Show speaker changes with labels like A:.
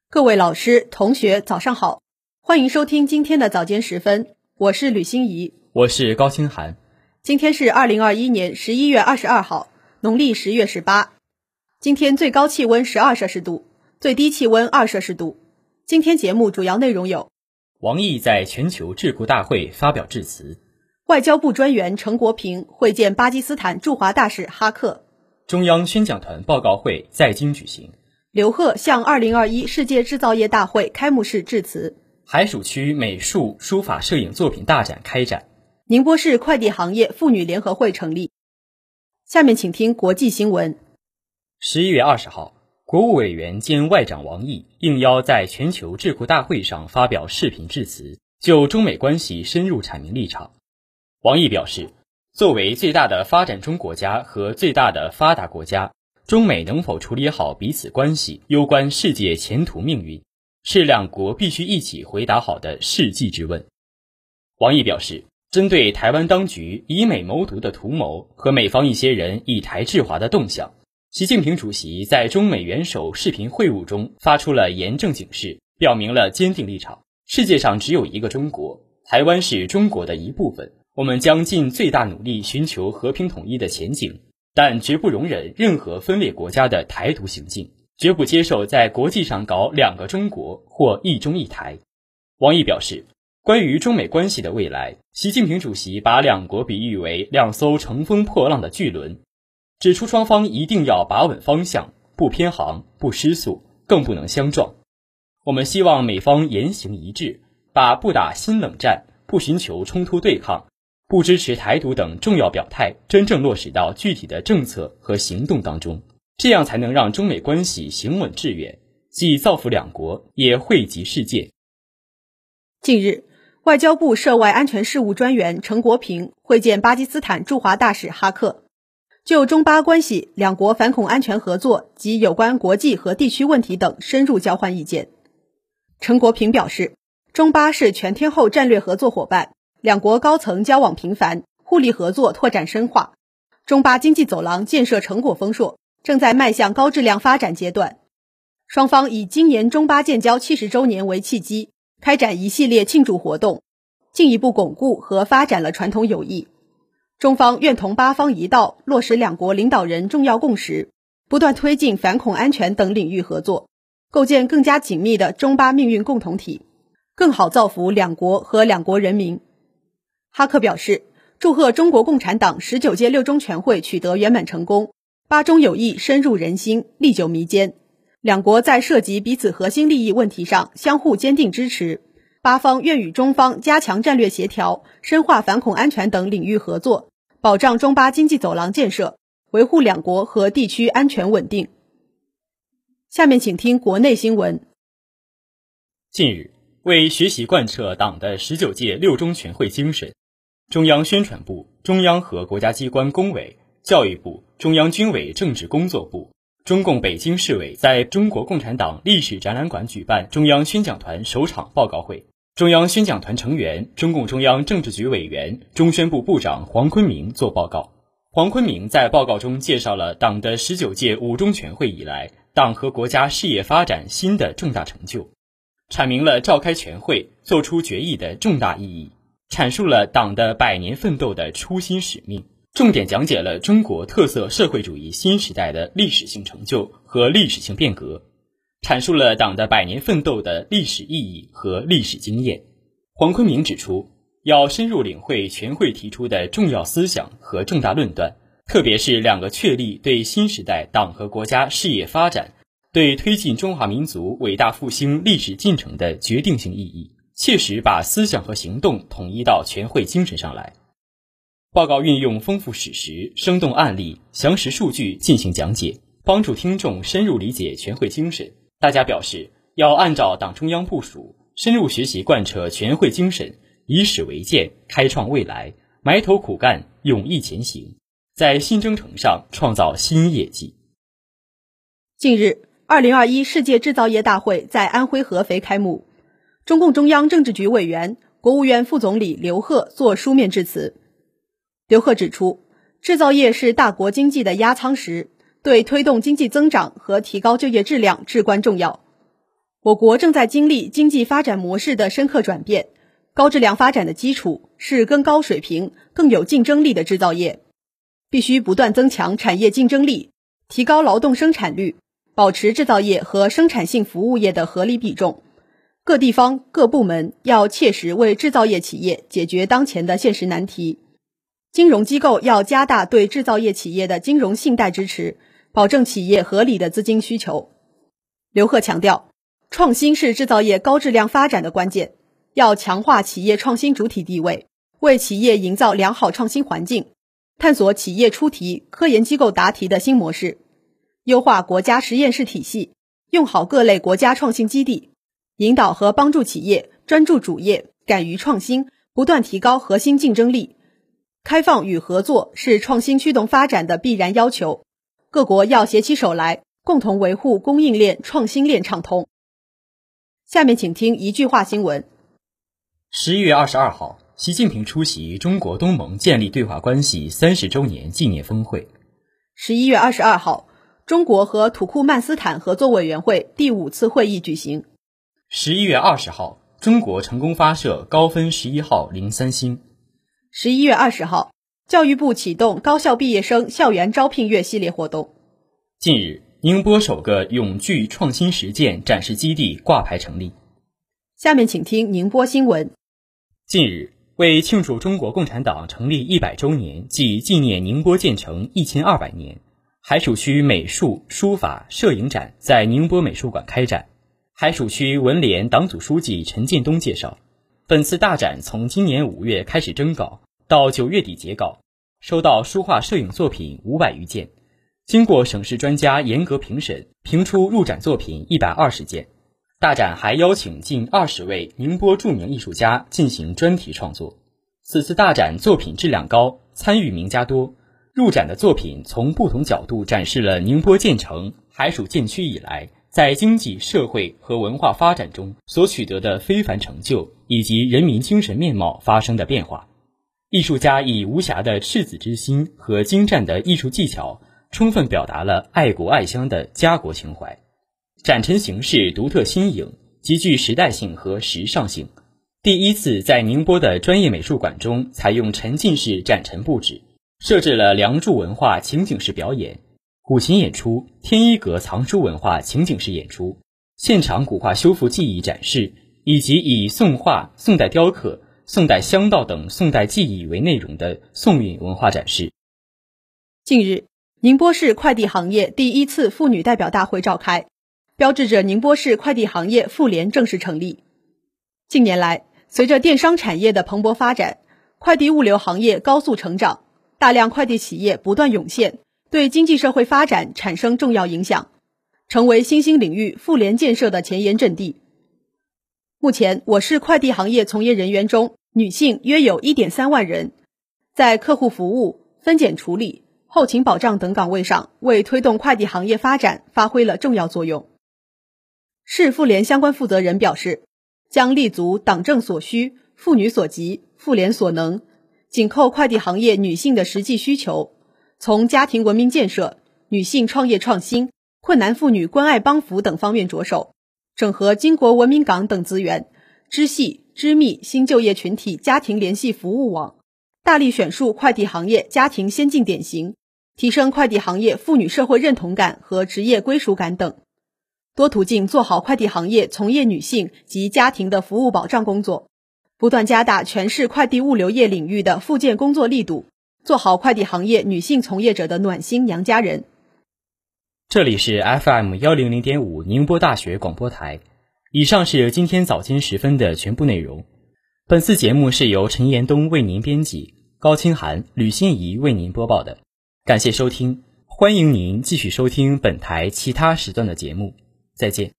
A: 各位老师、同学，早上好，欢迎收听今天的早间时分，我是吕欣怡，
B: 我是高清涵。
A: 今天是2021年11月22号，农历10月18。今天最高气温12摄氏度，最低气温2摄氏度。今天节目主要内容有：
B: 王毅在全球智库大会发表致辞；
A: 外交部专员陈国平会见巴基斯坦驻华大使哈克；
B: 中央宣讲团报告会在京举行；
A: 刘鹤向2021世界制造业大会开幕式致辞；
B: 海曙区美术、书法、摄影作品大展开展；
A: 宁波市快递行业妇女联合会成立。下面请听国际新闻。
B: 11月20号，国务委员兼外长王毅应邀在全球智库大会上发表视频致辞，就中美关系深入阐明立场。王毅表示，作为最大的发展中国家和最大的发达国家，中美能否处理好彼此关系，攸关世界前途命运，是两国必须一起回答好的世纪之问。王毅表示，针对台湾当局以美谋独的图谋和美方一些人以台制华的动向，习近平主席在中美元首视频会晤中发出了严正警示，表明了坚定立场。世界上只有一个中国，台湾是中国的一部分，我们将尽最大努力寻求和平统一的前景，但绝不容忍任何分裂国家的台独行径，绝不接受在国际上搞两个中国或一中一台。王毅表示，关于中美关系的未来，习近平主席把两国比喻为两艘乘风破浪的巨轮，指出双方一定要把稳方向，不偏航，不失速，更不能相撞。我们希望美方言行一致，把不打新冷战、不寻求冲突对抗、不支持台独等重要表态真正落实到具体的政策和行动当中，这样才能让中美关系行稳致远，既造福两国，也惠及世界。
A: 近日，外交部涉外安全事务专员陈国平会见巴基斯坦驻华大使哈克，就中巴关系、两国反恐安全合作及有关国际和地区问题等深入交换意见。陈国平表示，中巴是全天候战略合作伙伴，两国高层交往频繁，互利合作拓展深化，中巴经济走廊建设成果丰硕，正在迈向高质量发展阶段。双方以今年中巴建交70周年为契机，开展一系列庆祝活动，进一步巩固和发展了传统友谊。中方愿同巴方一道落实两国领导人重要共识，不断推进反恐安全等领域合作，构建更加紧密的中巴命运共同体，更好造福两国和两国人民。哈克表示，祝贺中国共产党19届六中全会取得圆满成功，巴中友谊深入人心，历久弥坚。两国在涉及彼此核心利益问题上相互坚定支持，巴方愿与中方加强战略协调，深化反恐安全等领域合作，保障中巴经济走廊建设，维护两国和地区安全稳定。下面请听国内新闻。
B: 近日，为学习贯彻党的19届六中全会精神，中央宣传部、中央和国家机关工委、教育部、中央军委政治工作部、中共北京市委在中国共产党历史展览馆举办中央宣讲团首场报告会。中央宣讲团成员、中共中央政治局委员、中宣部部长黄坤明作报告。黄坤明在报告中介绍了党的19届五中全会以来党和国家事业发展新的重大成就，阐明了召开全会、作出决议的重大意义，阐述了党的100年奋斗的初心使命，重点讲解了中国特色社会主义新时代的历史性成就和历史性变革，阐述了党的100年奋斗的历史意义和历史经验。黄坤明指出，要深入领会全会提出的重要思想和重大论断，特别是2个确立对新时代党和国家事业发展、对推进中华民族伟大复兴历史进程的决定性意义，切实把思想和行动统一到全会精神上来。报告运用丰富史实、生动案例、详实数据进行讲解，帮助听众深入理解全会精神。大家表示，要按照党中央部署，深入学习贯彻全会精神，以史为鉴，开创未来，埋头苦干，勇毅前行，在新征程上创造新业绩。
A: 近日，2021世界制造业大会在安徽合肥开幕，中共中央政治局委员、国务院副总理刘鹤作书面致辞。刘鹤指出，制造业是大国经济的压舱石，对推动经济增长和提高就业质量至关重要。 我国正在经历经济发展模式的深刻转变，高质量发展的基础是更高水平、更有竞争力的制造业。必须不断增强产业竞争力，提高劳动生产率，保持制造业和生产性服务业的合理比重。各地方、各部门要切实为制造业企业解决当前的现实难题。金融机构要加大对制造业企业的金融信贷支持，保证企业合理的资金需求。刘鹤强调，创新是制造业高质量发展的关键，要强化企业创新主体地位，为企业营造良好创新环境，探索企业出题、科研机构答题的新模式，优化国家实验室体系，用好各类国家创新基地，引导和帮助企业专注主业，敢于创新，不断提高核心竞争力。开放与合作是创新驱动发展的必然要求，各国要携起手来，共同维护供应链、创新链畅通。下面请听一句话新闻。
B: 11月22号，习近平出席中国东盟建立对话关系30周年纪念峰会。
A: 11月22号，中国和土库曼斯坦合作委员会第5次会议举行。
B: 11月20号，中国成功发射高分11号03星。
A: 11月20号，教育部启动高校毕业生校园招聘月系列活动。
B: 近日，宁波首个永聚创新实践展示基地挂牌成立。
A: 下面请听宁波新闻。
B: 近日，为庆祝中国共产党成立100周年暨纪念宁波建成1200年，海曙区美术、书法、摄影展在宁波美术馆开展。海曙区文联党组书记陈建东介绍，本次大展从今年5月开始征稿，到9月底截稿，收到书画摄影作品500余件，经过省市专家严格评审，评出入展作品120件。大展还邀请近20位宁波著名艺术家进行专题创作。此次大展作品质量高，参与名家多，入展的作品从不同角度展示了宁波建成、海曙建区以来在经济社会和文化发展中所取得的非凡成就，以及人民精神面貌发生的变化。艺术家以无暇的赤子之心和精湛的艺术技巧，充分表达了爱国爱乡的家国情怀。展陈形式独特新颖，极具时代性和时尚性。第一次在宁波的专业美术馆中采用沉浸式展陈布置，设置了梁祝文化情景式表演、古琴演出、天一阁藏书文化情景式演出、现场古画修复技艺展示，以及以宋画、宋代雕刻、宋代香道等宋代技艺为内容的宋韵文化展示。
A: 近日，宁波市快递行业第1次妇女代表大会召开，标志着宁波市快递行业妇联正式成立。近年来，随着电商产业的蓬勃发展，快递物流行业高速成长，大量快递企业不断涌现，对经济社会发展产生重要影响，成为新兴领域妇联建设的前沿阵地。目前，我市快递行业从业人员中，女性约有 1.3 万人，在客户服务、分拣处理、后勤保障等岗位上，为推动快递行业发展发挥了重要作用。市妇联相关负责人表示，将立足党政所需、妇女所急、妇联所能，紧扣快递行业女性的实际需求，从家庭文明建设、女性创业创新、困难妇女关爱帮扶等方面着手，整合经国文明岗等资源，支系、支密新就业群体家庭联系服务网，大力选述快递行业家庭先进典型，提升快递行业妇女社会认同感和职业归属感等，多途径做好快递行业从业女性及家庭的服务保障工作，不断加大全市快递物流业领域的复建工作力度，做好快递行业女性从业者的暖心娘家人。
B: 这里是 FM100.5 宁波大学广播台。以上是今天早间时分的全部内容。本次节目是由陈延东为您编辑，高清涵、吕欣怡为您播报的。感谢收听，欢迎您继续收听本台其他时段的节目。再见。